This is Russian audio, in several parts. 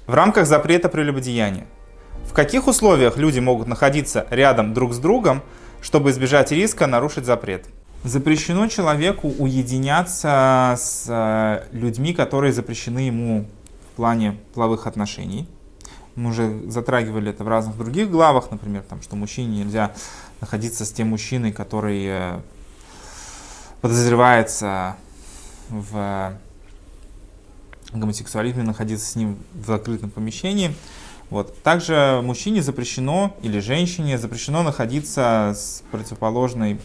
В рамках запрета прелюбодеяния. В каких условиях люди могут находиться рядом друг с другом, чтобы избежать риска нарушить запрет? Запрещено человеку уединяться с людьми, которые запрещены ему в плане половых отношений. Мы уже затрагивали это в разных других главах, например, что мужчине нельзя находиться с тем мужчиной, который подозревается в гомосексуализме, находиться с ним в закрытом помещении. Также мужчине запрещено, или женщине запрещено находиться с противоположным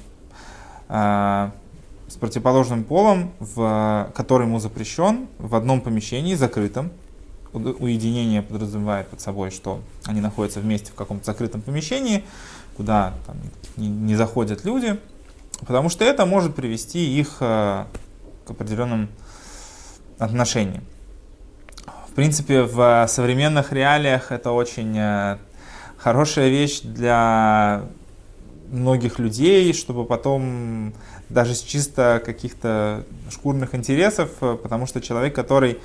полом, который ему запрещен, в одном помещении, закрытом. Уединение подразумевает под собой, что они находятся вместе в каком-то закрытом помещении, куда не заходят люди, потому что это может привести их к определенным отношениям. В принципе, в современных реалиях это очень хорошая вещь для многих людей, чтобы потом даже с чисто каких-то шкурных интересов, потому что человек, который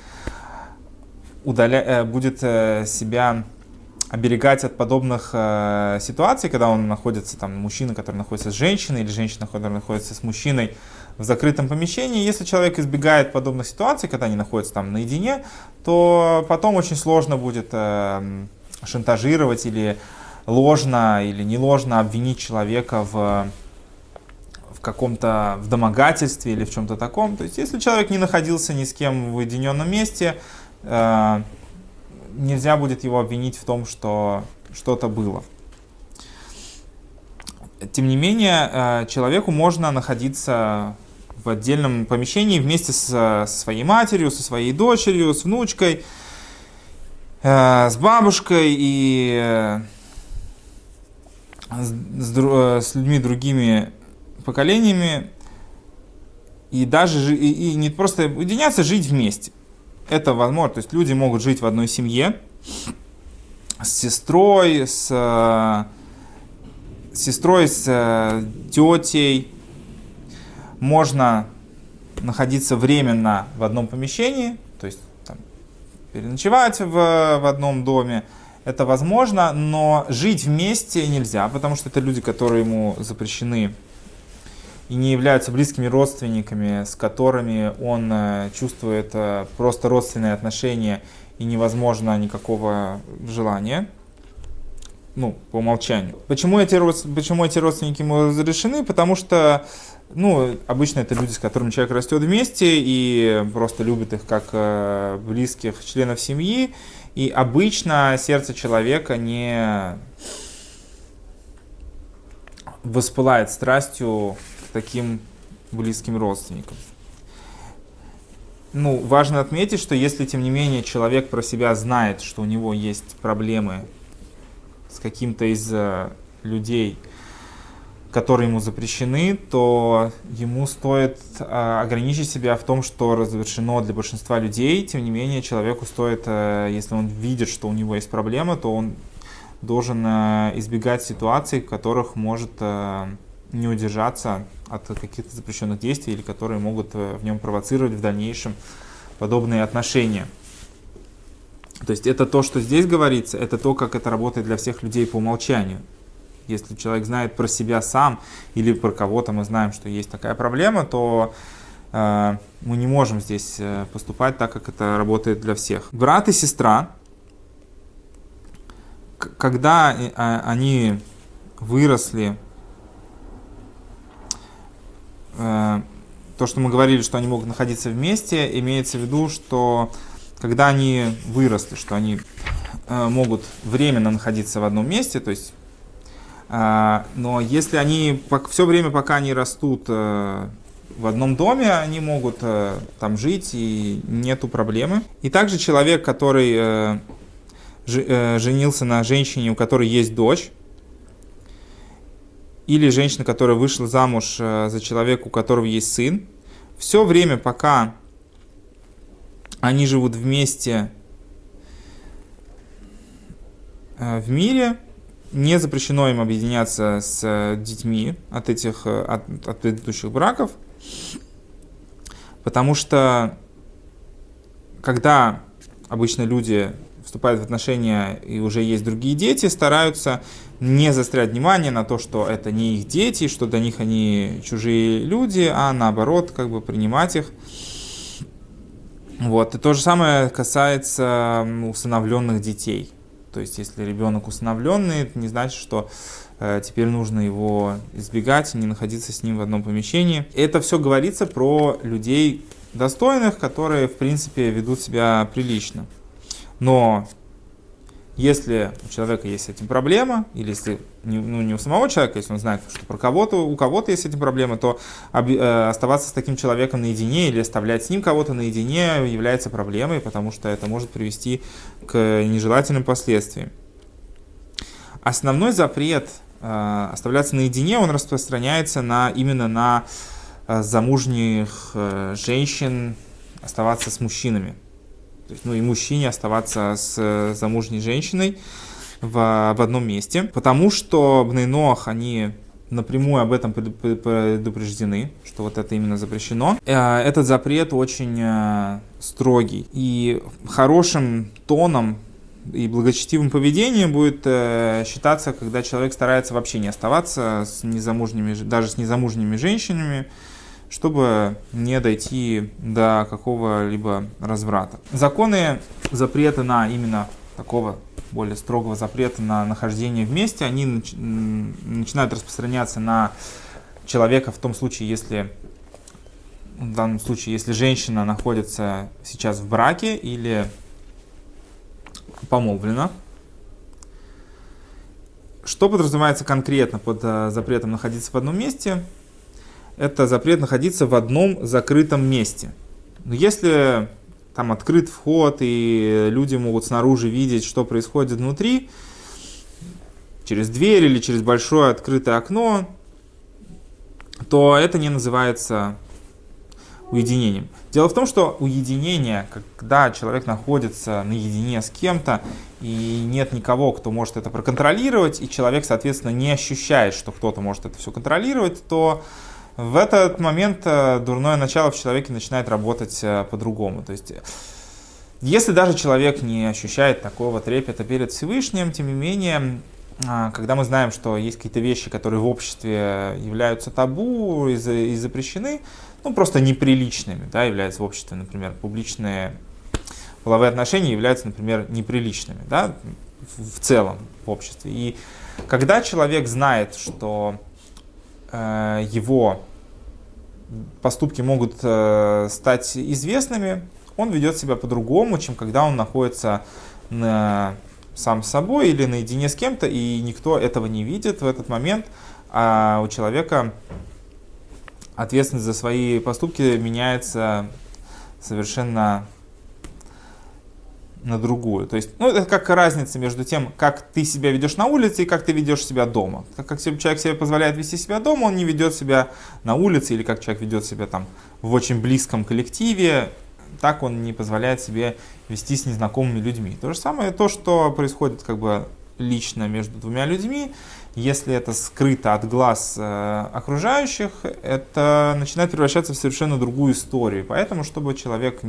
будет себя оберегать от подобных ситуаций, когда он находится, мужчина, который находится с женщиной, или женщина, которая находится с мужчиной в закрытом помещении. Если человек избегает подобных ситуаций, когда они находятся наедине, то потом очень сложно будет шантажировать или ложно или не ложно обвинить человека в каком-то домогательстве или в чем-то таком. То есть, если человек не находился ни с кем в уединенном месте, нельзя будет его обвинить в том, что что-то было. Тем не менее, человеку можно находиться в отдельном помещении вместе со своей матерью, со своей дочерью, с внучкой, с бабушкой и с людьми другими поколениями, и даже и не просто уединяться, жить вместе. Это возможно. То есть люди могут жить в одной семье с сестрой, с тетей. Можно находиться временно в одном помещении, то есть переночевать в одном доме. Это возможно, но жить вместе нельзя, потому что это люди, которые ему запрещены и не являются близкими родственниками, с которыми он чувствует просто родственные отношения и невозможно никакого желания, по умолчанию. Почему эти родственники ему разрешены? Потому что обычно это люди, с которыми человек растет вместе и просто любит их как близких членов семьи. И обычно сердце человека не воспылает страстью к таким близким родственникам. Важно отметить, что если, тем не менее, человек про себя знает, что у него есть проблемы с каким-то из людей, которые ему запрещены, то ему стоит ограничить себя в том, что разрешено для большинства людей. Тем не менее, человеку стоит, если он видит, что у него есть проблема, то он должен избегать ситуаций, в которых может не удержаться от каких-то запрещенных действий или которые могут в нем провоцировать в дальнейшем подобные отношения. То есть это то, что здесь говорится, это то, как это работает для всех людей по умолчанию. Если человек знает про себя сам или про кого-то мы знаем, что есть такая проблема, то мы не можем здесь поступать так, как это работает для всех. Брат и сестра, когда они выросли, то, что мы говорили, что они могут находиться вместе, имеется в виду, что когда они выросли, что они могут временно находиться в одном месте, то есть, но если они все время, пока они растут в одном доме, они могут там жить и нету проблемы. И также человек, который женился на женщине, у которой есть дочь, или женщина, которая вышла замуж за человека, у которого есть сын, все время, пока они живут вместе в мире, не запрещено им объединяться с детьми от предыдущих браков, потому что когда обычно люди в вступают в отношения и уже есть другие дети, стараются не заострять внимание на то, что это не их дети, что для них они чужие люди, а наоборот, как бы принимать их. Вот. И то же самое касается усыновленных детей. То есть, если ребенок усыновленный, это не значит, что теперь нужно его избегать и не находиться с ним в одном помещении. Это все говорится про людей достойных, которые, в принципе, ведут себя прилично. Но если у человека есть с этим проблема, или если не у самого человека, если он знает, что у кого-то есть с этим проблема, то оставаться с таким человеком наедине или оставлять с ним кого-то наедине является проблемой, потому что это может привести к нежелательным последствиям. Основной запрет оставляться наедине, он распространяется именно на замужних женщин оставаться с мужчинами. То есть, и мужчине оставаться с замужней женщиной в одном месте, потому что Бней Ноах, они напрямую об этом предупреждены, что вот это именно запрещено. Этот запрет очень строгий, и хорошим тоном и благочестивым поведением будет считаться, когда человек старается вообще не оставаться даже с незамужними женщинами, чтобы не дойти до какого-либо разврата. Законы запрета именно такого более строгого запрета на нахождение вместе, они начинают распространяться на человека в том случае, в данном случае, если женщина находится сейчас в браке или помолвлена. Что подразумевается конкретно под запретом находиться в одном месте? Это запрет находиться в одном закрытом месте. Но если там открыт вход, и люди могут снаружи видеть, что происходит внутри, через дверь или через большое открытое окно, то это не называется уединением. Дело в том, что уединение, когда человек находится наедине с кем-то, и нет никого, кто может это проконтролировать, и человек, соответственно, не ощущает, что кто-то может это все контролировать, то в этот момент дурное начало в человеке начинает работать по-другому. То есть, если даже человек не ощущает такого трепета перед Всевышним, тем не менее, когда мы знаем, что есть какие-то вещи, которые в обществе являются табу и запрещены, просто неприличными, являются в обществе, например, публичные половые отношения являются, например, неприличными, в целом в обществе. И когда человек знает, что его поступки могут стать известными, он ведет себя по-другому, чем когда он находится сам с собой или наедине с кем-то, и никто этого не видит в этот момент, а у человека ответственность за свои поступки меняется совершенно на другую. То есть, это как разница между тем, как ты себя ведешь на улице и как ты ведешь себя дома. Как человек себе позволяет вести себя дома, он не ведет себя на улице, или как человек ведет себя там в очень близком коллективе, так он не позволяет себе вести с незнакомыми людьми. То же самое то, что происходит лично между двумя людьми, если это скрыто от глаз окружающих, это начинает превращаться в совершенно другую историю. Поэтому, чтобы человек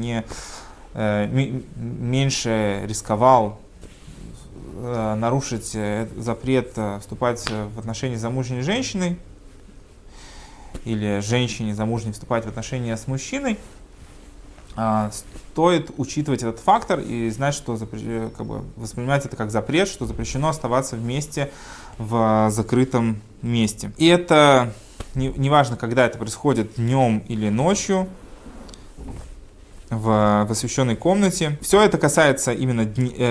меньше рисковал нарушить запрет вступать в отношения с замужней женщиной, или женщине замужней вступать в отношения с мужчиной, стоит учитывать этот фактор и знать, что воспринимать это как запрет, что запрещено оставаться вместе в закрытом месте. И это неважно, когда это происходит, днем или ночью, в освещенной комнате. Все это касается именно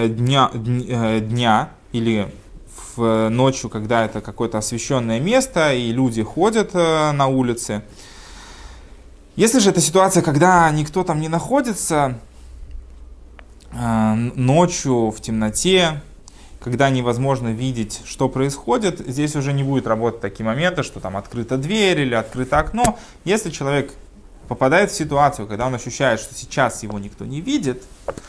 дня или ночью, когда это какое-то освещенное место и люди ходят на улице. Если же это ситуация, когда никто там не находится, ночью в темноте, когда невозможно видеть, что происходит, здесь уже не будет работать такие моменты, что там открыта дверь или открыто окно. Если человек попадает в ситуацию, когда он ощущает, что сейчас его никто не видит,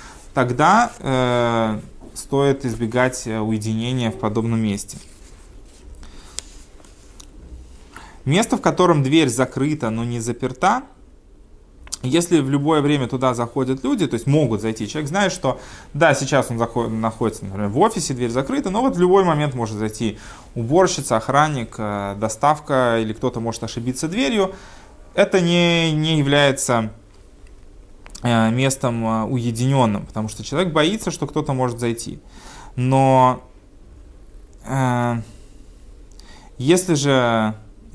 тогда стоит избегать уединения в подобном месте. Место, в котором дверь закрыта, но не заперта, Если в любое время туда заходят люди, то есть могут зайти, человек знает, что да, сейчас он находится, например, в офисе, дверь закрыта, но вот в любой момент может зайти уборщица, охранник, доставка или кто-то может ошибиться дверью, это не является местом уединенным, потому что человек боится, что кто-то может зайти. Но если же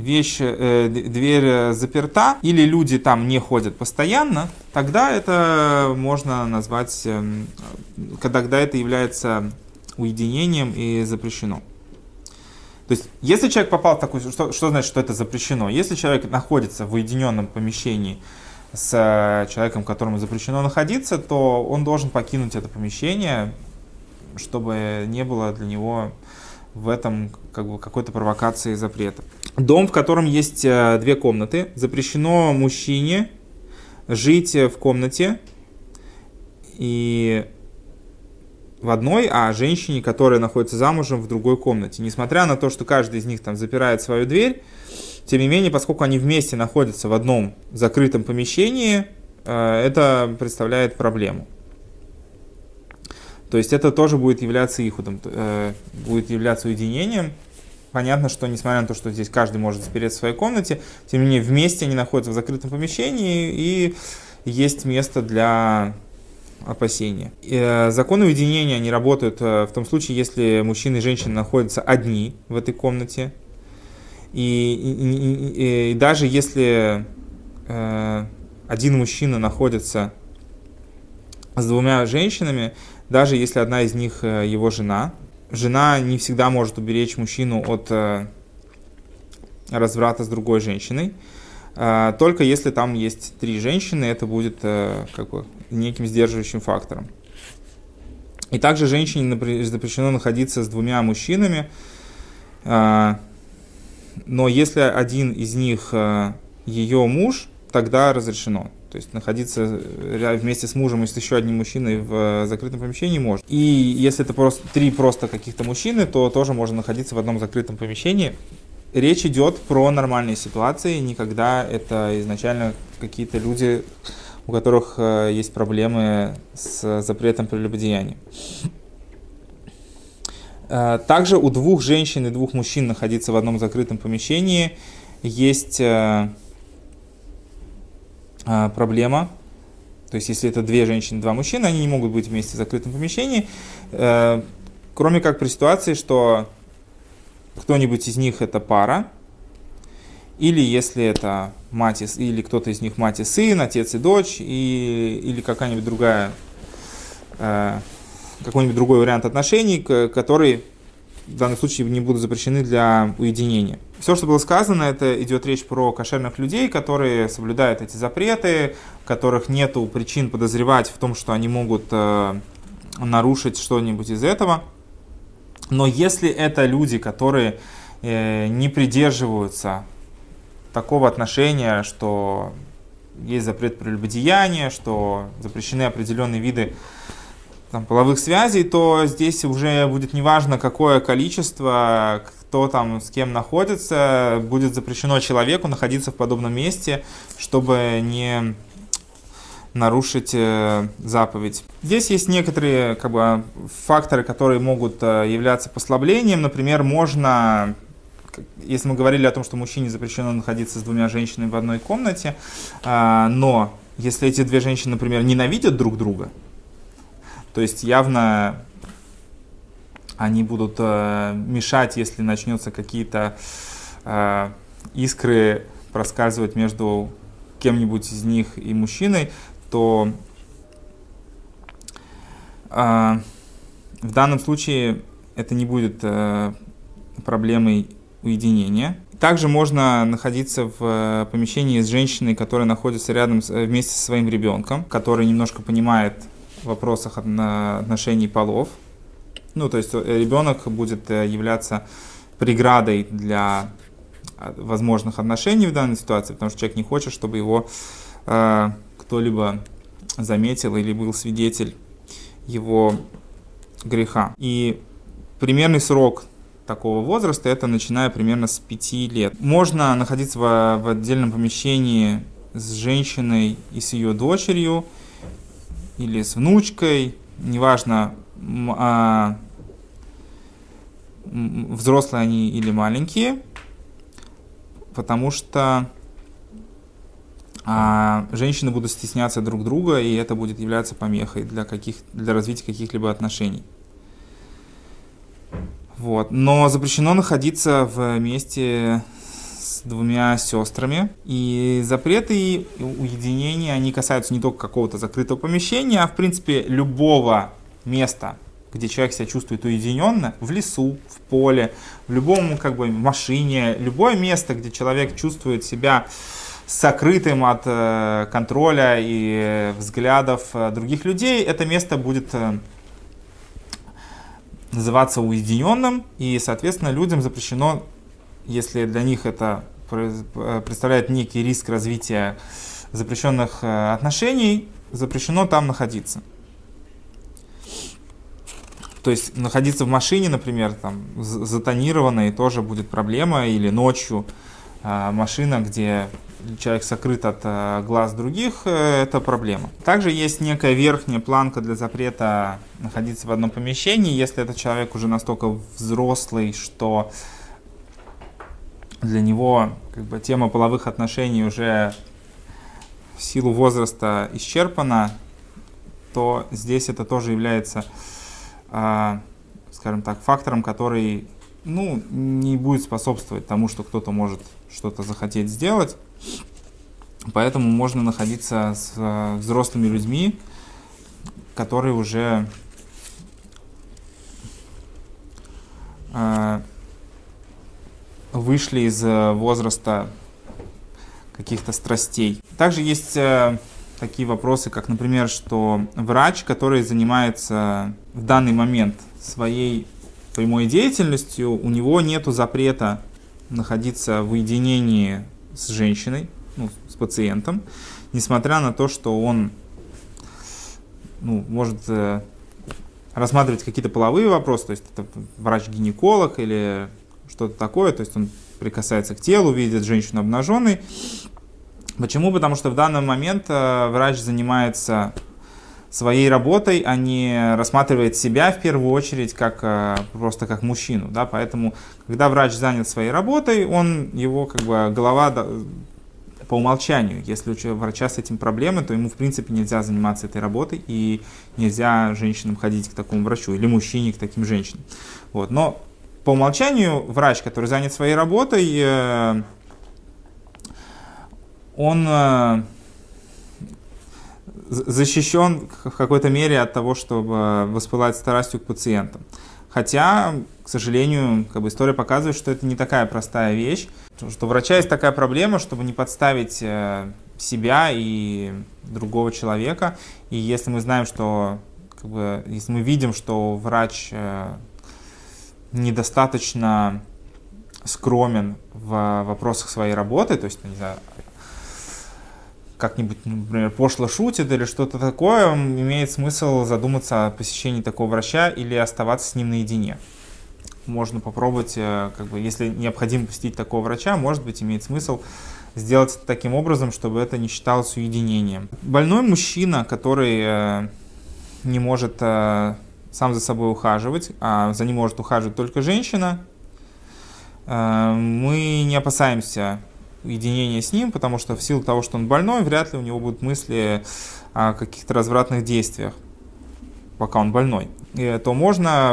дверь заперта, или люди там не ходят постоянно, тогда это можно назвать, когда это является уединением и запрещено. То есть, если человек попал в такую, что значит, что это запрещено? Если человек находится в уединенном помещении с человеком, которому запрещено находиться, то он должен покинуть это помещение, чтобы не было для него в этом какой-то провокации и запрета. Дом, в котором есть 2 комнаты, запрещено мужчине жить в комнате и в одной, а женщине, которая находится замужем, в другой комнате. Несмотря на то, что каждый из них там запирает свою дверь, тем не менее, поскольку они вместе находятся в одном закрытом помещении, это представляет проблему. То есть это тоже будет являться иходом, будет являться уединением. Понятно, что несмотря на то, что здесь каждый может запереться в своей комнате, тем не менее вместе они находятся в закрытом помещении и есть место для опасения. Законы уединения, они работают в том случае, если мужчина и женщина находятся одни в этой комнате. И даже если один мужчина находится с 2 женщинами, даже если одна из них его жена не всегда может уберечь мужчину от разврата с другой женщиной. Только если там есть 3 женщины, это будет неким сдерживающим фактором. И также женщине запрещено находиться с 2 мужчинами, но если один из них ее муж, тогда разрешено. То есть находиться вместе с мужем и с еще одним мужчиной в закрытом помещении можно. И если это просто 3 каких-то мужчины, то тоже можно находиться в одном закрытом помещении. Речь идет про нормальные ситуации, не когда это изначально какие-то люди, у которых есть проблемы с запретом прелюбодеяния. Также у 2 женщин и 2 мужчин находиться в одном закрытом помещении есть проблема. То есть, если это 2 женщины, 2 мужчины, они не могут быть вместе в закрытом помещении, кроме как при ситуации, что кто-нибудь из них это пара, или если это мать или кто-то из них мать и сын, отец и дочь, или какой-нибудь другой вариант отношений, которые в данном случае не будут запрещены для уединения. Все, что было сказано, это идет речь про кошерных людей, которые соблюдают эти запреты, у которых нет причин подозревать в том, что они могут нарушить что-нибудь из этого. Но если это люди, которые не придерживаются такого отношения, что есть запрет прелюбодеяния, что запрещены определенные виды половых связей, то здесь уже будет неважно, какое количество, кто там с кем находится, будет запрещено человеку находиться в подобном месте, чтобы не нарушить заповедь. Здесь есть некоторые факторы, которые могут являться послаблением. Например, можно, если мы говорили о том, что мужчине запрещено находиться с 2 женщинами в одной комнате, но если эти 2 женщины, например, ненавидят друг друга, то есть явно они будут мешать, если начнется какие-то искры проскальзывать между кем-нибудь из них и мужчиной, то в данном случае это не будет проблемой уединения. Также можно находиться в помещении с женщиной, которая находится рядом вместе со своим ребенком, который немножко понимает в вопросах отношений полов. То есть ребенок будет являться преградой для возможных отношений в данной ситуации, потому что человек не хочет, чтобы его кто-либо заметил или был свидетель его греха. И примерный срок такого возраста, это начиная примерно с 5 лет. Можно находиться в отдельном помещении с женщиной и с ее дочерью, или с внучкой, неважно, взрослые они или маленькие, потому что женщины будут стесняться друг друга, и это будет являться помехой для развития каких-либо отношений. Вот. Но запрещено находиться вместе с двумя сестрами. И запреты и уединения, они касаются не только какого-то закрытого помещения, а в принципе любого места, где человек себя чувствует уединенно, в лесу, в поле, в любом в машине, любое место, где человек чувствует себя сокрытым от контроля и взглядов других людей, это место будет называться уединенным, и, соответственно, людям запрещено, если для них это представляет некий риск развития запрещенных отношений, запрещено там находиться. То есть находиться в машине, например, там, затонированной, тоже будет проблема, или ночью машина, где человек сокрыт от глаз других, это проблема. Также есть некая верхняя планка для запрета находиться в одном помещении, если этот человек уже настолько взрослый, что для него тема половых отношений уже в силу возраста исчерпана, то здесь это тоже является, скажем так, фактором, который не будет способствовать тому, что кто-то может что-то захотеть сделать. Поэтому можно находиться с взрослыми людьми, которые уже вышли из возраста каких-то страстей. Также есть такие вопросы, как, например, что врач, который занимается в данный момент своей прямой деятельностью, у него нету запрета находиться в уединении с женщиной, с пациентом, несмотря на то, что он может рассматривать какие-то половые вопросы, то есть это врач-гинеколог или что-то такое, то есть он прикасается к телу, видит женщину обнаженной. Почему? Потому что в данный момент врач занимается своей работой, а не рассматривает себя в первую очередь просто как мужчину. Да? Поэтому, когда врач занят своей работой, его голова по умолчанию. Если у врача с этим проблемы, то ему в принципе нельзя заниматься этой работой, и нельзя женщинам ходить к такому врачу, или мужчине к таким женщинам. Вот. Но по умолчанию врач, который занят своей работой, он защищен в какой-то мере от того, чтобы воспылать страстью к пациентам. Хотя, к сожалению, история показывает, что это не такая простая вещь, что у врача есть такая проблема, чтобы не подставить себя и другого человека. И если мы знаем, что, если мы видим, что врач недостаточно скромен в вопросах своей работы, то есть, не знаю, как-нибудь, например, пошло шутит или что-то такое, имеет смысл задуматься о посещении такого врача или оставаться с ним наедине. Можно попробовать, если необходимо посетить такого врача, может быть, имеет смысл сделать это таким образом, чтобы это не считалось уединением. Больной мужчина, который не может сам за собой ухаживать, а за ним может ухаживать только женщина, мы не опасаемся уединения с ним, потому что в силу того, что он больной, вряд ли у него будут мысли о каких-то развратных действиях, пока он больной. То можно,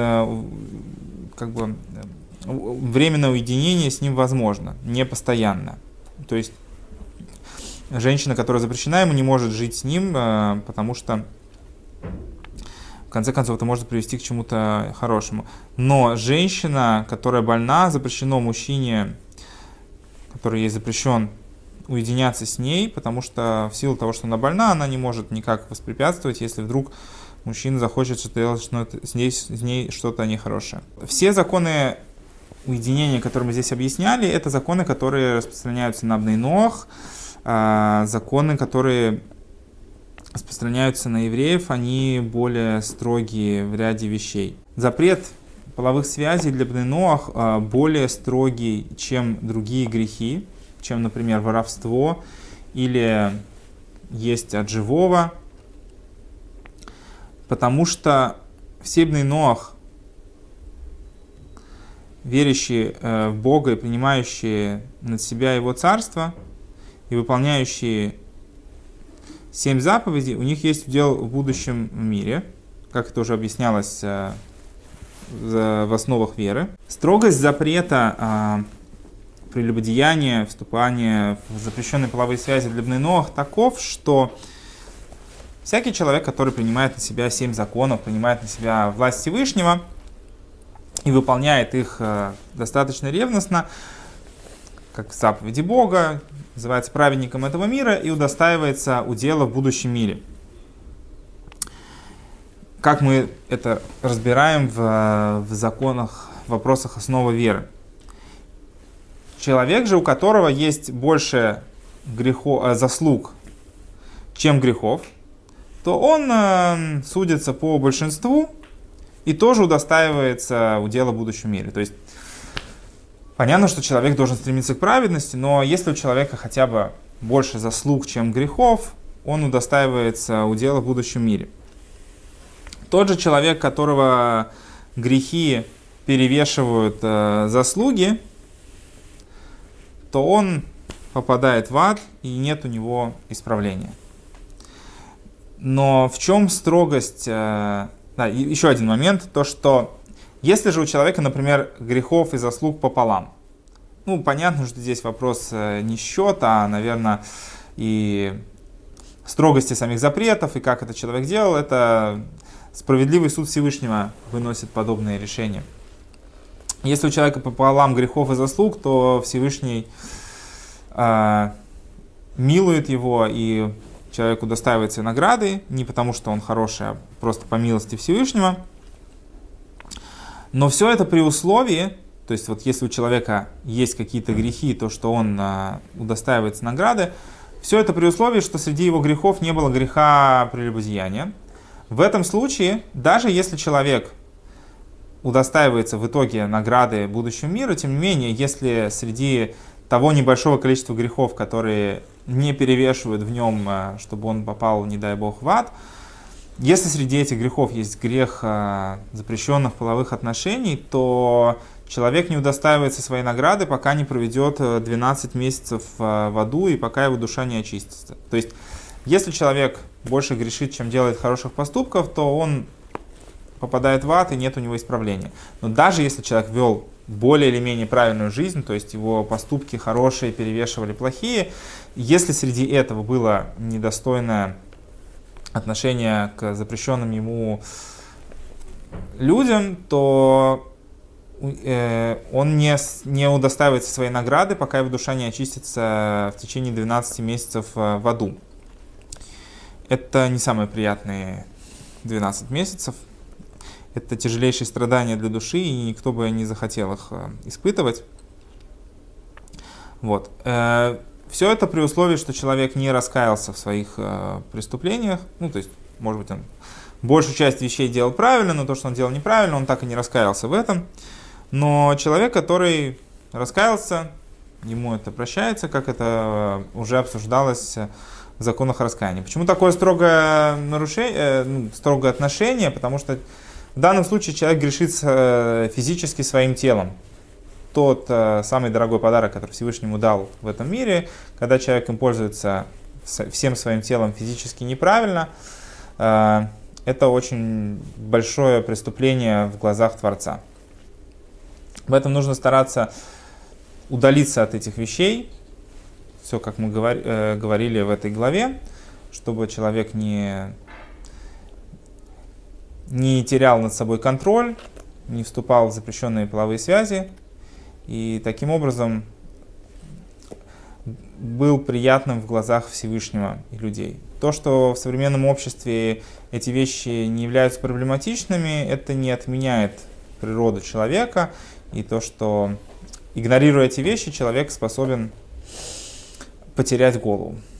временное уединение с ним возможно, не постоянно. То есть женщина, которая запрещена ему, не может жить с ним, потому что в конце концов это может привести к чему-то хорошему. Но женщина, которая больна, запрещено мужчине, который ей запрещен, уединяться с ней, потому что в силу того, что она больна, она не может никак воспрепятствовать, если вдруг мужчина захочет сделать с ней что-то нехорошее. Все законы уединения, которые мы здесь объясняли, это законы, которые распространяются на бней ноах, законы, которые распространяются на евреев, они более строгие в ряде вещей. Запрет половых связей для бней ноах более строгий, чем другие грехи, чем, например, воровство или есть от живого, потому что все бней Ноах, верящие в Бога и принимающие над себя Его царство и выполняющие 7 заповедей, у них есть удел в будущем мире, как это уже объяснялось в основах веры. Строгость запрета прелюбодеяния, вступания в запрещенные половые связи для бней Ноах таков, что всякий человек, который принимает на себя 7 законов, принимает на себя власть Всевышнего и выполняет их достаточно ревностно, как заповеди Бога, называется праведником этого мира и удостаивается удела в будущем мире. Как мы это разбираем в законах, в вопросах основы веры. Человек же, у которого есть больше заслуг, чем грехов, то он судится по большинству и тоже удостаивается удела в будущем мире. То есть понятно, что человек должен стремиться к праведности, но если у человека хотя бы больше заслуг, чем грехов, он удостаивается удела в будущем мире. Тот же человек, которого грехи перевешивают заслуги, то он попадает в ад, и нет у него исправления. Но в чем строгость? Еще один момент, то что если же у человека, например, грехов и заслуг пополам, понятно, что здесь вопрос не счета, а, наверное, и строгости самих запретов, и как этот человек делал, это справедливый суд Всевышнего выносит подобные решения. Если у человека пополам грехов и заслуг, то Всевышний милует его, и человек удостаивается награды, не потому что он хороший, а просто по милости Всевышнего. Но все это при условии, то есть вот если у человека есть какие-то грехи, то что он удостаивается награды, все это при условии, что среди его грехов не было греха прелюбодеяния. В этом случае, даже если человек удостаивается в итоге награды будущего мира, тем не менее, если среди того небольшого количества грехов, которые не перевешивают в нем, чтобы он попал, не дай бог, в ад, если среди этих грехов есть грех запрещенных половых отношений, то человек не удостаивается своей награды, пока не проведет 12 месяцев в аду и пока его душа не очистится. То есть, если человек больше грешит, чем делает хороших поступков, то он попадает в ад и нет у него исправления. Но даже если человек вел более или менее правильную жизнь, то есть его поступки хорошие перевешивали плохие, если среди этого было недостойное отношение к запрещенным ему людям, то он не удостаивается своей награды, пока его душа не очистится в течение 12 месяцев в аду. Это не самые приятные 12 месяцев. Это тяжелейшие страдания для души, и никто бы не захотел их испытывать. Вот. Все это при условии, что человек не раскаялся в своих преступлениях. То есть, может быть, он большую часть вещей делал правильно, но то, что он делал неправильно, он так и не раскаялся в этом. Но человек, который раскаялся, ему это прощается, как это уже обсуждалось в законах раскаяния. Почему такое строгое строгое отношение? Потому что в данном случае человек грешит физически своим телом. Тот самый дорогой подарок, который Всевышнему дал в этом мире, когда человек им пользуется всем своим телом физически неправильно, это очень большое преступление в глазах Творца. Поэтому нужно стараться удалиться от этих вещей, все, как мы говорили в этой главе, чтобы человек не терял над собой контроль, не вступал в запрещенные половые связи, и таким образом был приятным в глазах Всевышнего и людей. То, что в современном обществе эти вещи не являются проблематичными, это не отменяет природу человека, и то, что, игнорируя эти вещи, человек способен потерять голову.